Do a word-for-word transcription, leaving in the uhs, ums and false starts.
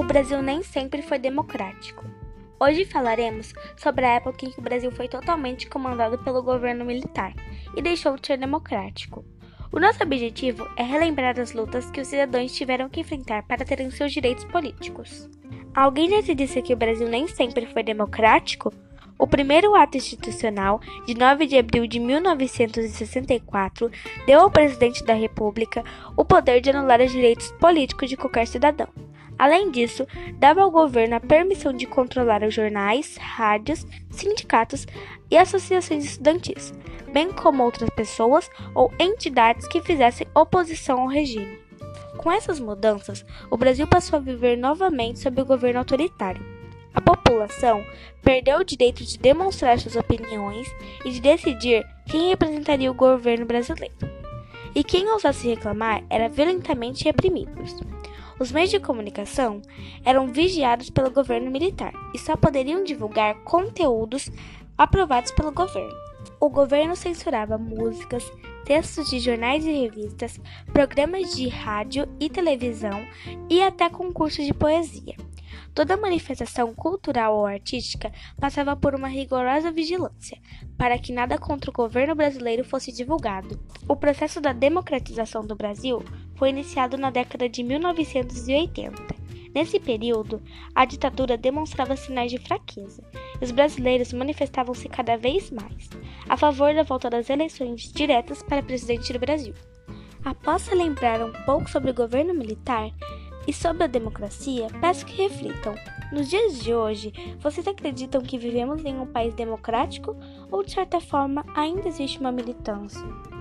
Brasil nem sempre foi democrático. Hoje falaremos sobre a época em que o Brasil foi totalmente comandado pelo governo militar e deixou de ser democrático. O nosso objetivo é relembrar as lutas que os cidadãos tiveram que enfrentar para terem seus direitos políticos. Alguém já te disse que o Brasil nem sempre foi democrático? O primeiro ato institucional, de nove de abril de mil novecentos e sessenta e quatro, deu ao presidente da República o poder de anular os direitos políticos de qualquer cidadão. Além disso, dava ao governo a permissão de controlar os jornais, rádios, sindicatos e associações estudantis, bem como outras pessoas ou entidades que fizessem oposição ao regime. Com essas mudanças, o Brasil passou a viver novamente sob o governo autoritário. A população perdeu o direito de demonstrar suas opiniões e de decidir quem representaria o governo brasileiro. E quem ousasse reclamar era violentamente reprimido. Os meios de comunicação eram vigiados pelo governo militar e só poderiam divulgar conteúdos aprovados pelo governo. O governo censurava músicas, textos de jornais e revistas, programas de rádio e televisão e até concursos de poesia. Toda manifestação cultural ou artística passava por uma rigorosa vigilância, para que nada contra o governo brasileiro fosse divulgado. O processo da democratização do Brasil foi iniciado na década de mil novecentos e oitenta. Nesse período, a ditadura demonstrava sinais de fraqueza, e os brasileiros manifestavam-se cada vez mais a favor da volta das eleições diretas para presidente do Brasil. Após relembrar um pouco sobre o governo militar e sobre a democracia, peço que reflitam. Nos dias de hoje, vocês acreditam que vivemos em um país democrático ou, de certa forma, ainda existe uma militância?